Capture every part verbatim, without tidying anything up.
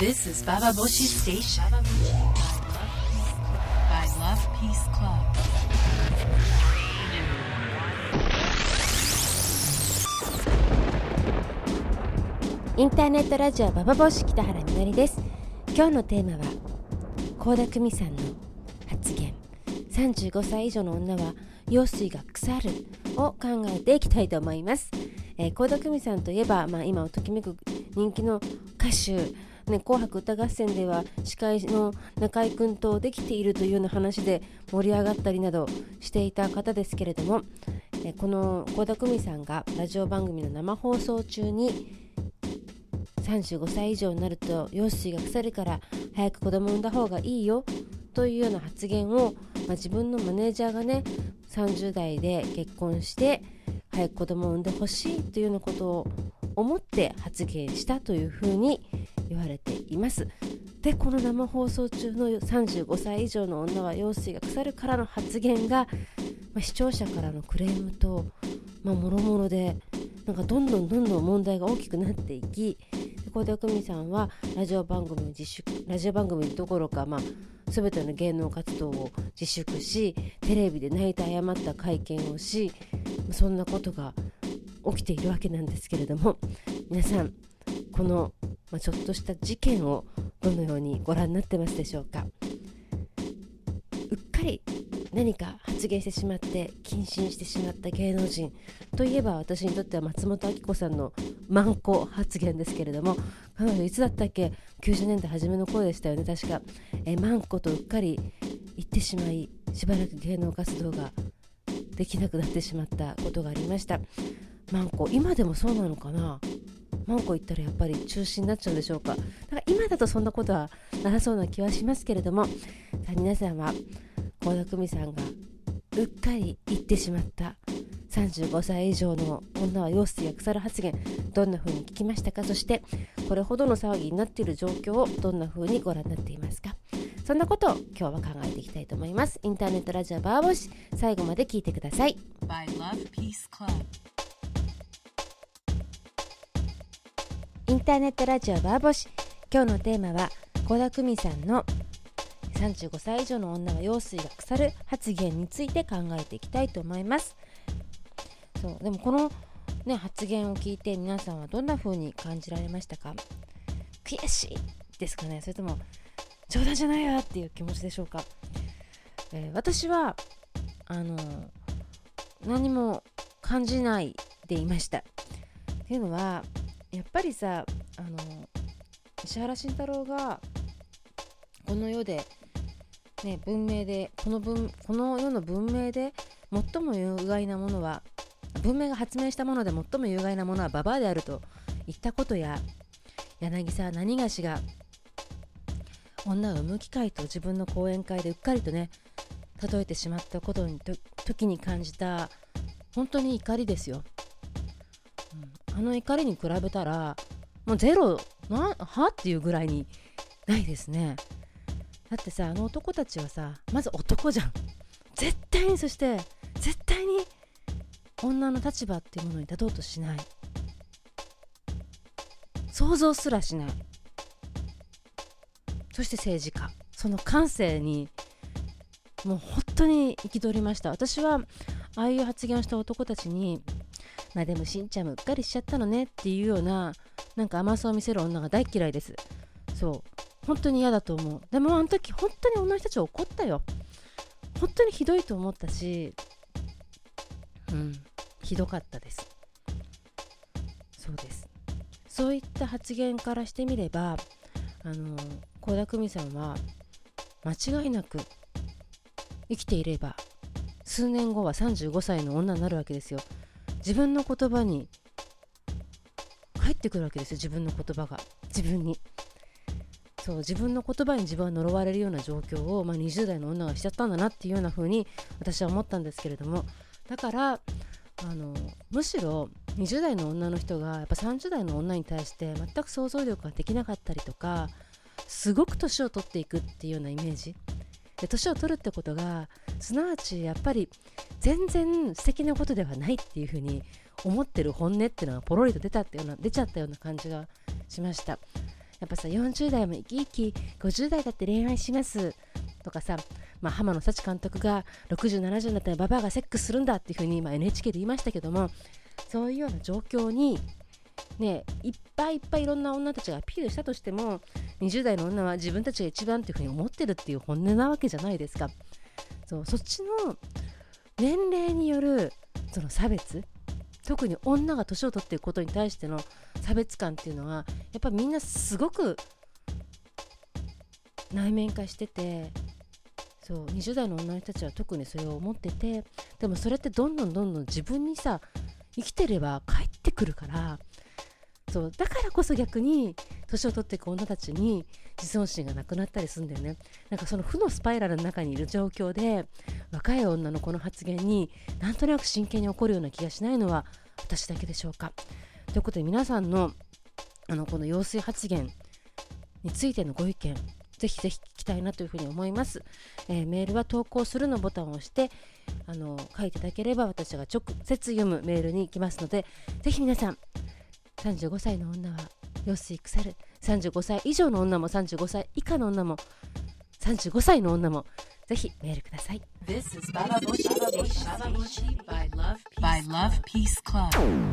This is Bababoshi Station by Love Peace Club. インターネットラジオババボシ北原みのりです。今日のテーマは倖田來未さんの発言、さんじゅうごさい以上の女は用水が腐るを考えていきたいと思います。えー、倖田來未さんといえば、まあ、今をときめく人気の歌手、ね、紅白歌合戦では司会の中居君とできているというような話で盛り上がったりなどしていた方ですけれども、えー、この倖田來未さんがラジオ番組の生放送中にさんじゅうごさい以上になると羊水が腐るから早く子供を産んだ方がいいよというような発言を、まあ、自分のマネージャーがねさんじゅう代で結婚して早く子供を産んでほしいというようなことを思って発言したというふうに言われています。で、この生放送中のさんじゅうごさい以上の女は羊水が腐るからの発言が、まあ、視聴者からのクレームと、まあ、もろもろでなんかどんどんどんどん問題が大きくなっていき、倖田來未さんはラジオ番組自粛ラジオ番組どころか、まあ、全ての芸能活動を自粛し、テレビで泣いて謝った会見をし、そんなことが起きているわけなんですけれども、皆さんこの、まあ、ちょっとした事件をどのようにご覧になってますでしょうか。うっかり何か発言してしまって謹慎してしまった芸能人といえば、私にとっては松本明子さんのマンコ発言ですけれども、彼女いつだったっけ、きゅうじゅうねんだい初めの頃でしたよね確か。えマンコとうっかり言ってしまい、しばらく芸能活動ができなくなってしまったことがありました。マンコ、今でもそうなのかな。マンコ言ったらやっぱり中止になっちゃうんでしょうか。だから今だとそんなことはなさそうな気はしますけれども、さあ皆さんは倖田來未さんがうっかり言ってしまったさんじゅうごさい以上の女は羊水が腐る発言、どんな風に聞きましたか。そしてこれほどの騒ぎになっている状況をどんな風にご覧になっていますか。そんなことを今日は考えていきたいと思います。インターネットラジオバーボシ、最後まで聞いてください。 By Love Peace Club。 インターネットラジオバーボシ、今日のテーマは倖田來未さんのさんじゅうごさい以上の女は羊水が腐る発言について考えていきたいと思います。そうでもこの、ね、発言を聞いて皆さんはどんな風に感じられましたか。悔しいですかね、それとも冗談じゃないわっていう気持ちでしょうか。えー、私はあの何も感じないでいました。っていうのはやっぱりさ、あの石原慎太郎がこの世で、ね、文明でこの文この世の文明で最も有害なものは、文明が発明したもので最も有害なものはババアであると言ったことや、柳沢何がしが女を産む機会と自分の講演会でうっかりとね例えてしまったことにと時に感じた本当に怒りですよ。うん、あの怒りに比べたらもうゼロなはっていうぐらいにないですね。だってさ、あの男たちはさ、まず男じゃん。絶対に、そして絶対に女の立場っていうものに立とうとしない。想像すらしない。そして政治家、その感性にもう本当に憤りました。私はああいう発言をした男たちに、まあでもしんちゃんもうっかりしちゃったのねっていうような、なんか甘さを見せる女が大嫌いです。そう本当に嫌だと思う。でもあの時本当に女の人たちは怒ったよ。本当にひどいと思ったし、うんひどかったです。そうです。そういった発言からしてみれば、あの倖田來未さんは間違いなく生きていれば数年後はさんじゅうごさいの女になるわけですよ。自分の言葉に返ってくるわけですよ。自分の言葉が自分に、そう自分の言葉に自分は呪われるような状況を、まあ、にじゅう代の女がしちゃったんだなっていうような風に私は思ったんですけれども、だからあのむしろにじゅう代の女の人がやっぱさんじゅう代の女に対して全く想像力ができなかったりとか、すごく年を取っていくっていうようなイメージで、年を取るってことがすなわちやっぱり全然素敵なことではないっていう風に思ってる本音っていうのがポロリと出たっていうような出ちゃったような感じがしました。 やっぱさよんじゅう代も生き生きごじゅう代だって恋愛しますとかさ、まあ、浜野幸監督がろくじゅう、ななじゅうになったらババアがセックスするんだっていう風に今 エヌエイチケー で言いましたけども、そういうような状況にね、いっぱいいっぱいいろんな女たちがアピールしたとしても、にじゅう代の女は自分たちが一番っていう風に思ってるっていう本音なわけじゃないですか。そう、そっちの年齢によるその差別、特に女が年を取っていくことに対しての差別感っていうのはやっぱみんなすごく内面化してて、そうにじゅう代の女の人たちは特にそれを思ってて、でもそれってどんどんどんどん自分にさ生きてれば返ってくるから、そうだからこそ逆に年を取っていく女たちに自尊心がなくなったりするんだよね。なんかその負のスパイラルの中にいる状況で若い女のこの発言になんとなく真剣に怒るような気がしないのは私だけでしょうか。ということで皆さんのあのこの陽水発言についてのご意見ぜひぜひ聞きたいなというふうに思います。えー、メールは投稿するのボタンを押してあの書いていただければ私が直接読むメールに行きますので、ぜひ皆さんさんじゅうごさいの女は陽水腐る、さんじゅうごさい以上の女もさんじゅうごさい以下の女もさんじゅうごさいの女もぜひメールください。 This is Baba Boshi Station by Love Peace, by Love Peace Club。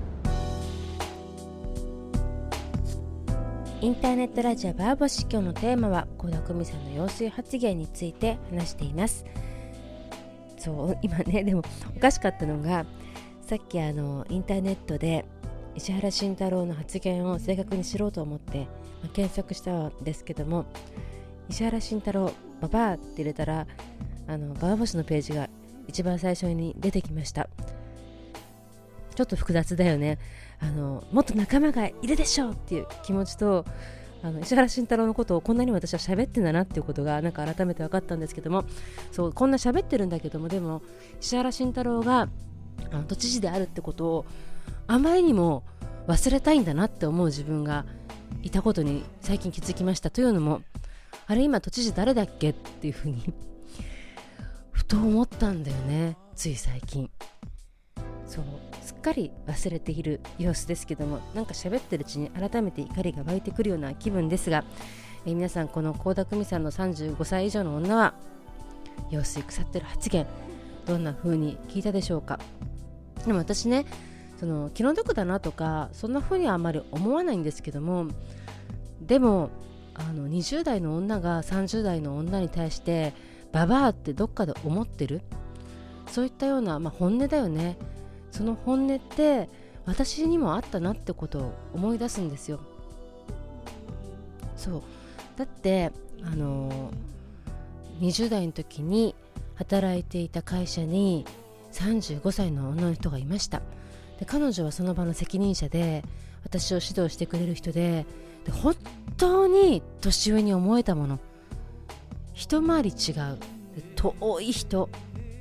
インターネットラジオバーボシ、今日のテーマは倖田來未さんの陽水発言について話しています。そう今ね、でもおかしかったのがさっきあのインターネットで石原慎太郎の発言を正確に知ろうと思って、まあ、検索したんですけども、石原慎太郎ババアって入れたらあのバーボシのページが一番最初に出てきました。ちょっと複雑だよね。あのもっと仲間がいるでしょうっていう気持ちと、あの石原慎太郎のことをこんなに私は喋ってんだなっていうことがなんか改めて分かったんですけども、そうこんな喋ってるんだけども、でも石原慎太郎があの都知事であるってことをあまりにも忘れたいんだなって思う自分がいたことに最近気づきました。というのも、あれ今都知事誰だっけっていうふうにふと思ったんだよね、つい最近。そうすっかり忘れている様子ですけども、なんか喋ってるうちに改めて怒りが湧いてくるような気分ですが、えー、皆さんこの倖田來未さんのさんじゅうごさい以上の女は陽水腐ってる発言どんな風に聞いたでしょうか。でも私ね、その気の毒だなとかそんな風にはあまり思わないんですけども、でもあのにじゅう代の女がさんじゅう代の女に対してババアってどっかで思ってる、そういったような、まあ、本音だよね。その本音って私にもあったなってことを思い出すんですよ。そうだってあのにじゅう代の時に働いていた会社にさんじゅうごさいの女の人がいました。で彼女はその場の責任者で私を指導してくれる人で、で本当に年上に思えたもの、一回り違う、で遠い人、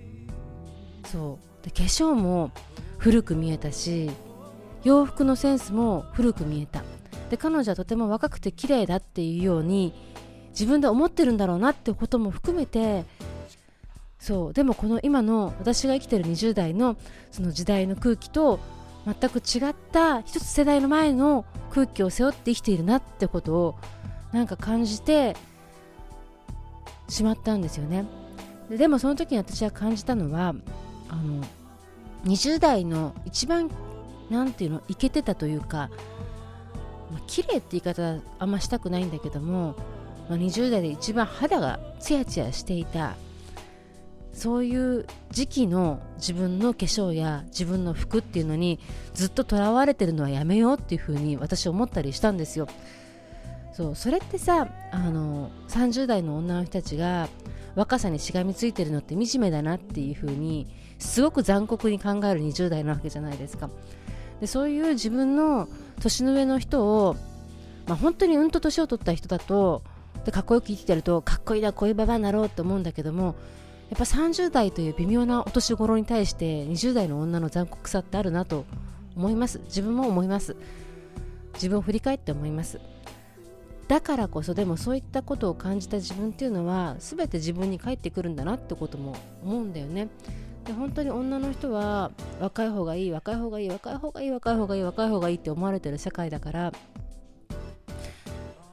そうで化粧も古く見えたし洋服のセンスも古く見えた。で彼女はとても若くて綺麗だっていうように自分で思ってるんだろうなってことも含めて、そうでもこの今の私が生きてるにじゅう代のその時代の空気と全く違った一つ世代の前の空気を背負って生きているなってことをなんか感じてしまったんですよね。 で, でもその時に私は感じたのは、あのにじゅう代の一番なんていうのイケてたというか、まあ、綺麗って言い方はあんましたくないんだけども、まあ、にじゅう代で一番肌がツヤツヤしていた、そういう時期の自分の化粧や自分の服っていうのにずっととらわれてるのはやめようっていうふうに私思ったりしたんですよ。そうそれってさ、あのさんじゅう代の女の人たちが若さにしがみついてるのって惨めだなっていうふうにすごく残酷に考えるにじゅう代なわけじゃないですか。でそういう自分の年の上の人を、まあ、本当にうんと年を取った人だとでかっこよく生きてるとかっこいいな、こういうババアになろうと思うんだけども、やっぱさんじゅう代という微妙なお年頃に対してにじゅう代の女の残酷さってあるなと思います。自分も思います。自分を振り返って思います。だからこそ、でもそういったことを感じた自分っていうのは全て自分に返ってくるんだなってことも思うんだよね。で本当に女の人は若い方がいい若い方がいい若い方がいい若い方がいい若い方がいいって思われてる社会だから、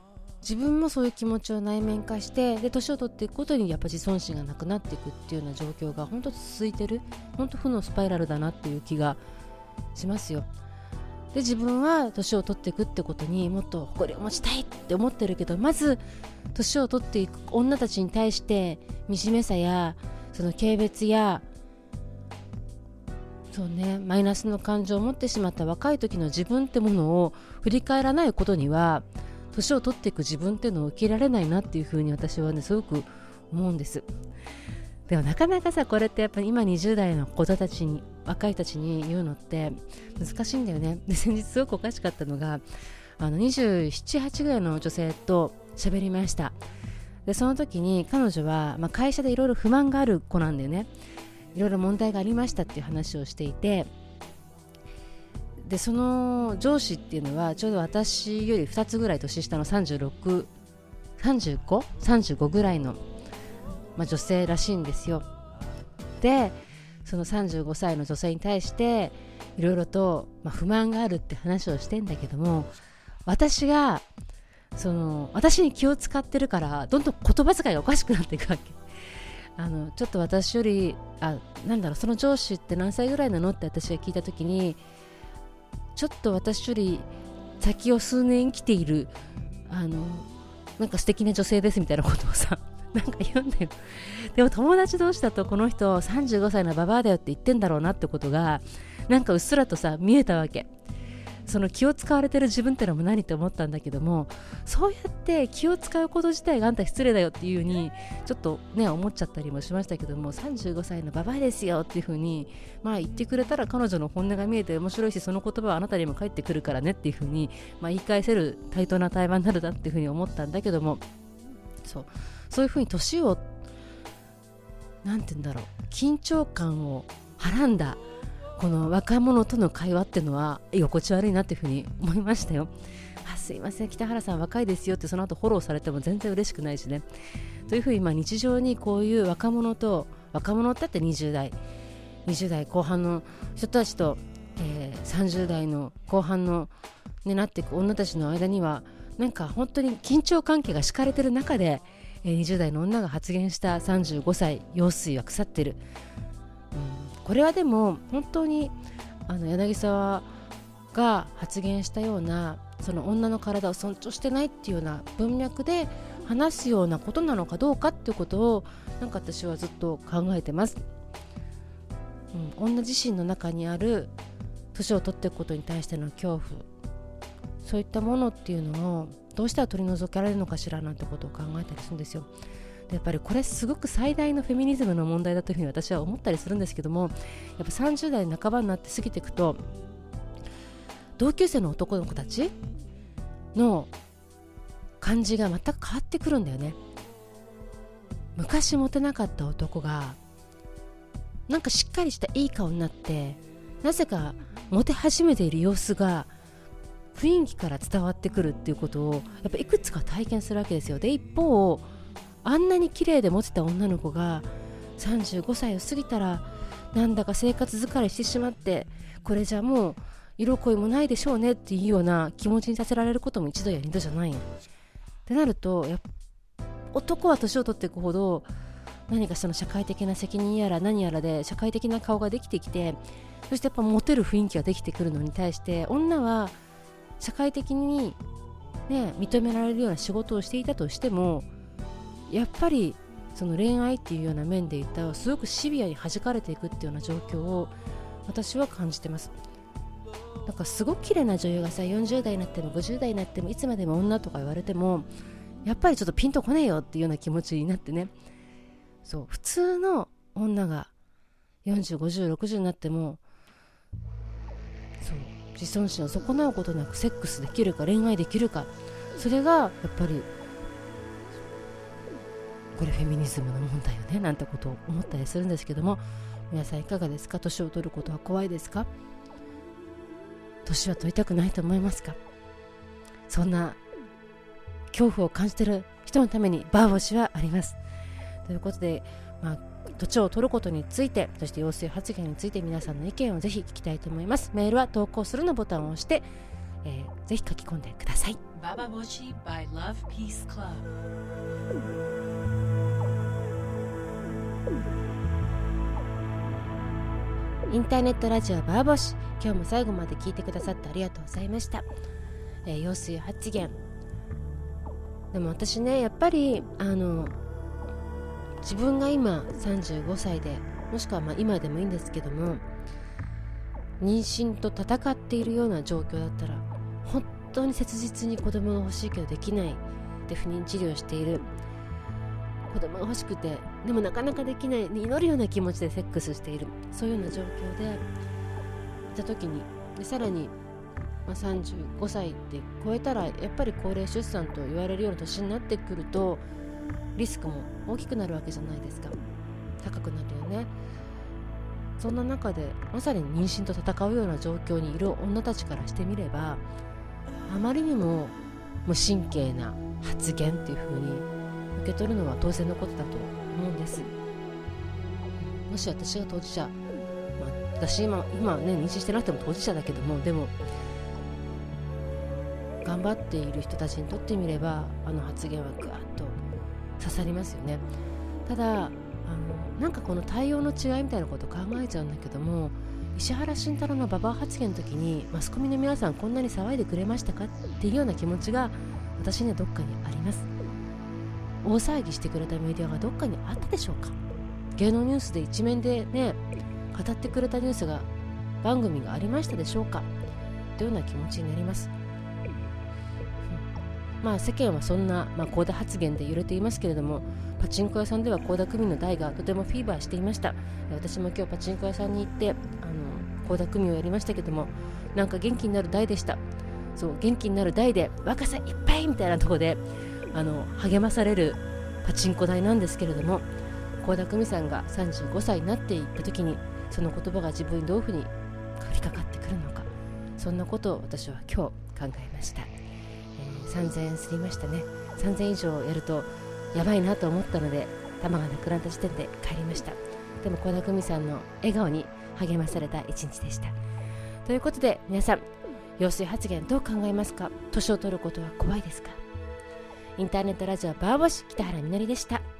自分もそういう気持ちを内面化して、で年を取っていくことにやっぱ自尊心がなくなっていくっていうような状況が本当続いてる、本当負のスパイラルだなっていう気がしますよ。で自分は年を取っていくってことにもっと誇りを持ちたいって思ってるけど、まず年を取っていく女たちに対して惨めさやその軽蔑やそうねマイナスの感情を持ってしまった若い時の自分ってものを振り返らないことには、年を取っていく自分っていうのを受けられないなっていうふうに私はねすごく思うんです。でもなかなかさ、これってやっぱり今にじゅう代の子たちに若い人たちに言うのって難しいんだよね。で先日すごくおかしかったのが、あのにじゅうなな、はちぐらいの女性と喋りました。でその時に彼女は、まあ、会社でいろいろ不満がある子なんだよね。いろいろ問題がありましたっていう話をしていて、でその上司っていうのはちょうど私よりふたつぐらい年下のさんじゅうろく、さんじゅうご、さんじゅうごぐらいの、まあ、女性らしいんですよ。でそのさんじゅうごさいの女性に対していろいろと、まあ、不満があるって話をしてんだけども、私がその私に気を使ってるからどんどん言葉遣いがおかしくなっていくわけ。あのちょっと私よりあなんだろうその上司って何歳ぐらいなのって私が聞いたときに、ちょっと私より先を数年生きているあのなんか素敵な女性ですみたいなことをさなんか言うんだよ。でも友達同士だとこの人さんじゅうごさいのババアだよって言ってんだろうなってことがなんかうっすらとさ見えたわけ。その気を使われてる自分ってのも何って思ったんだけども、そうやって気を使うこと自体があんた失礼だよっていう風にちょっとね思っちゃったりもしましたけども、さんじゅうごさいのババアですよっていう風にまあ言ってくれたら彼女の本音が見えて面白いし、その言葉はあなたにも返ってくるからねっていう風にまあ言い返せる対等な対話になるなっていう風に思ったんだけども、そうそういう風に年をなんて言うんだろう緊張感をはらんだこの若者との会話っていうのは居心地悪いなっていうふうに思いましたよ。あすいません北原さん若いですよってその後フォローされても全然嬉しくないしね。というふうにまあ日常にこういう若者と若者ってってにじゅう代にじゅう代後半の人たちと、えー、さんじゅう代の後半のになっていく女たちの間にはなんか本当に緊張関係が敷かれてる中で、えー、にじゅう代の女が発言したさんじゅうごさい用水は腐ってる、うんこれはでも本当にあの柳沢が発言したようなその女の体を尊重してないっていうような文脈で話すようなことなのかどうかっていうことをなんか私はずっと考えてます、うん、女自身の中にある年を取っていくことに対しての恐怖、そういったものっていうのをどうしたら取り除けられるのかしらなんてことを考えたりするんですよ。やっぱりこれすごく最大のフェミニズムの問題だというふうに私は思ったりするんですけども、やっぱさんじゅう代半ばになって過ぎていくと同級生の男の子たちの感じが全く変わってくるんだよね。昔モテなかった男がなんかしっかりしたいい顔になってなぜかモテ始めている様子が雰囲気から伝わってくるっていうことをやっぱいくつか体験するわけですよ。で一方あんなに綺麗でモテた女の子がさんじゅうごさいを過ぎたらなんだか生活疲れしてしまって、これじゃもう色恋もないでしょうねっていうような気持ちにさせられることも一度や二度じゃないってなると、やっぱ男は年を取っていくほど何かその社会的な責任やら何やらで社会的な顔ができてきて、そしてやっぱモテる雰囲気ができてくるのに対して女は社会的に、ね、認められるような仕事をしていたとしてもやっぱりその恋愛っていうような面でいったらすごくシビアに弾かれていくっていうような状況を私は感じてます。なんかすごく綺麗な女優がさよんじゅう代になってもごじゅう代になってもいつまでも女とか言われてもやっぱりちょっとピンとこねえよっていうような気持ちになってね、そう普通の女がよんじゅう、ごじゅう、ろくじゅうになってもそう自尊心を損なうことなくセックスできるか恋愛できるか、それがやっぱりこれフェミニズムの問題よねなんてことを思ったりするんですけども、皆さんいかがですか？年を取ることは怖いですか？年は取りたくないと思いますか？そんな恐怖を感じている人のためにバーボシはあります。ということで、まあ、年を取ることについて、そして陽水発言について皆さんの意見をぜひ聞きたいと思います。メールは投稿するのボタンを押して、えー、ぜひ書き込んでください。 Bababoshi by Love Peace Club。 インターネットラジオバーボシ、今日も最後まで聞いてくださってありがとうございました。えー、陽水発言でも私ね、やっぱりあの自分が今さんじゅうごさいで、もしくはまあ今でもいいんですけども、妊娠と戦っているような状況だったら、本当に切実に子供が欲しいけどできないで不妊治療をしている、子供が欲しくてでもなかなかできない、祈るような気持ちでセックスしている、そういうような状況でいた時に、でさらに、まあ、さんじゅうごさいって超えたらやっぱり高齢出産と言われるような年になってくると、リスクも大きくなるわけじゃないですか。高くなるよね。そんな中でまさに妊娠と戦うような状況にいる女たちからしてみれば、あまりにも無神経な発言っていう風に受け取るのは当然のことだと思うんです。もし私が当事者、まあ、私今、今ね妊娠してなくても当事者だけども、でも頑張っている人たちにとってみれば、あの発言はぐわっと刺さりますよね。ただあのなんかこの対応の違いみたいなことを考えちゃうんだけども、石原慎太郎のババア発言の時に、マスコミの皆さんこんなに騒いでくれましたかっていうような気持ちが私にはどっかにあります。大騒ぎしてくれたメディアがどっかにあったでしょうか。芸能ニュースで一面でね語ってくれたニュースが番組がありましたでしょうかというような気持ちになります。まあ世間はそんな、まあ、幸田発言で揺れていますけれども、パチンコ屋さんでは幸田久美の代がとてもフィーバーしていました。私も今日パチンコ屋さんに行ってあの幸田久美をやりましたけども、なんか元気になる代でした。そう元気になる代で若さいっぱいみたいなところであの励まされるパチンコ台なんですけれども、幸田久美さんがさんじゅうごさいになっていった時に、その言葉が自分にどういうふうに降りかかってくるのか、そんなことを私は今日考えました。さんぜんえんすりましたね。さんぜんえん以上やるとやばいなと思ったので、玉がなくなった時点で帰りました。でも幸田久美さんの笑顔に励まされた一日でした。ということで皆さん、陽水発言どう考えますか？年を取ることは怖いですか？インターネットラジオバーボシ、北原みのりでした。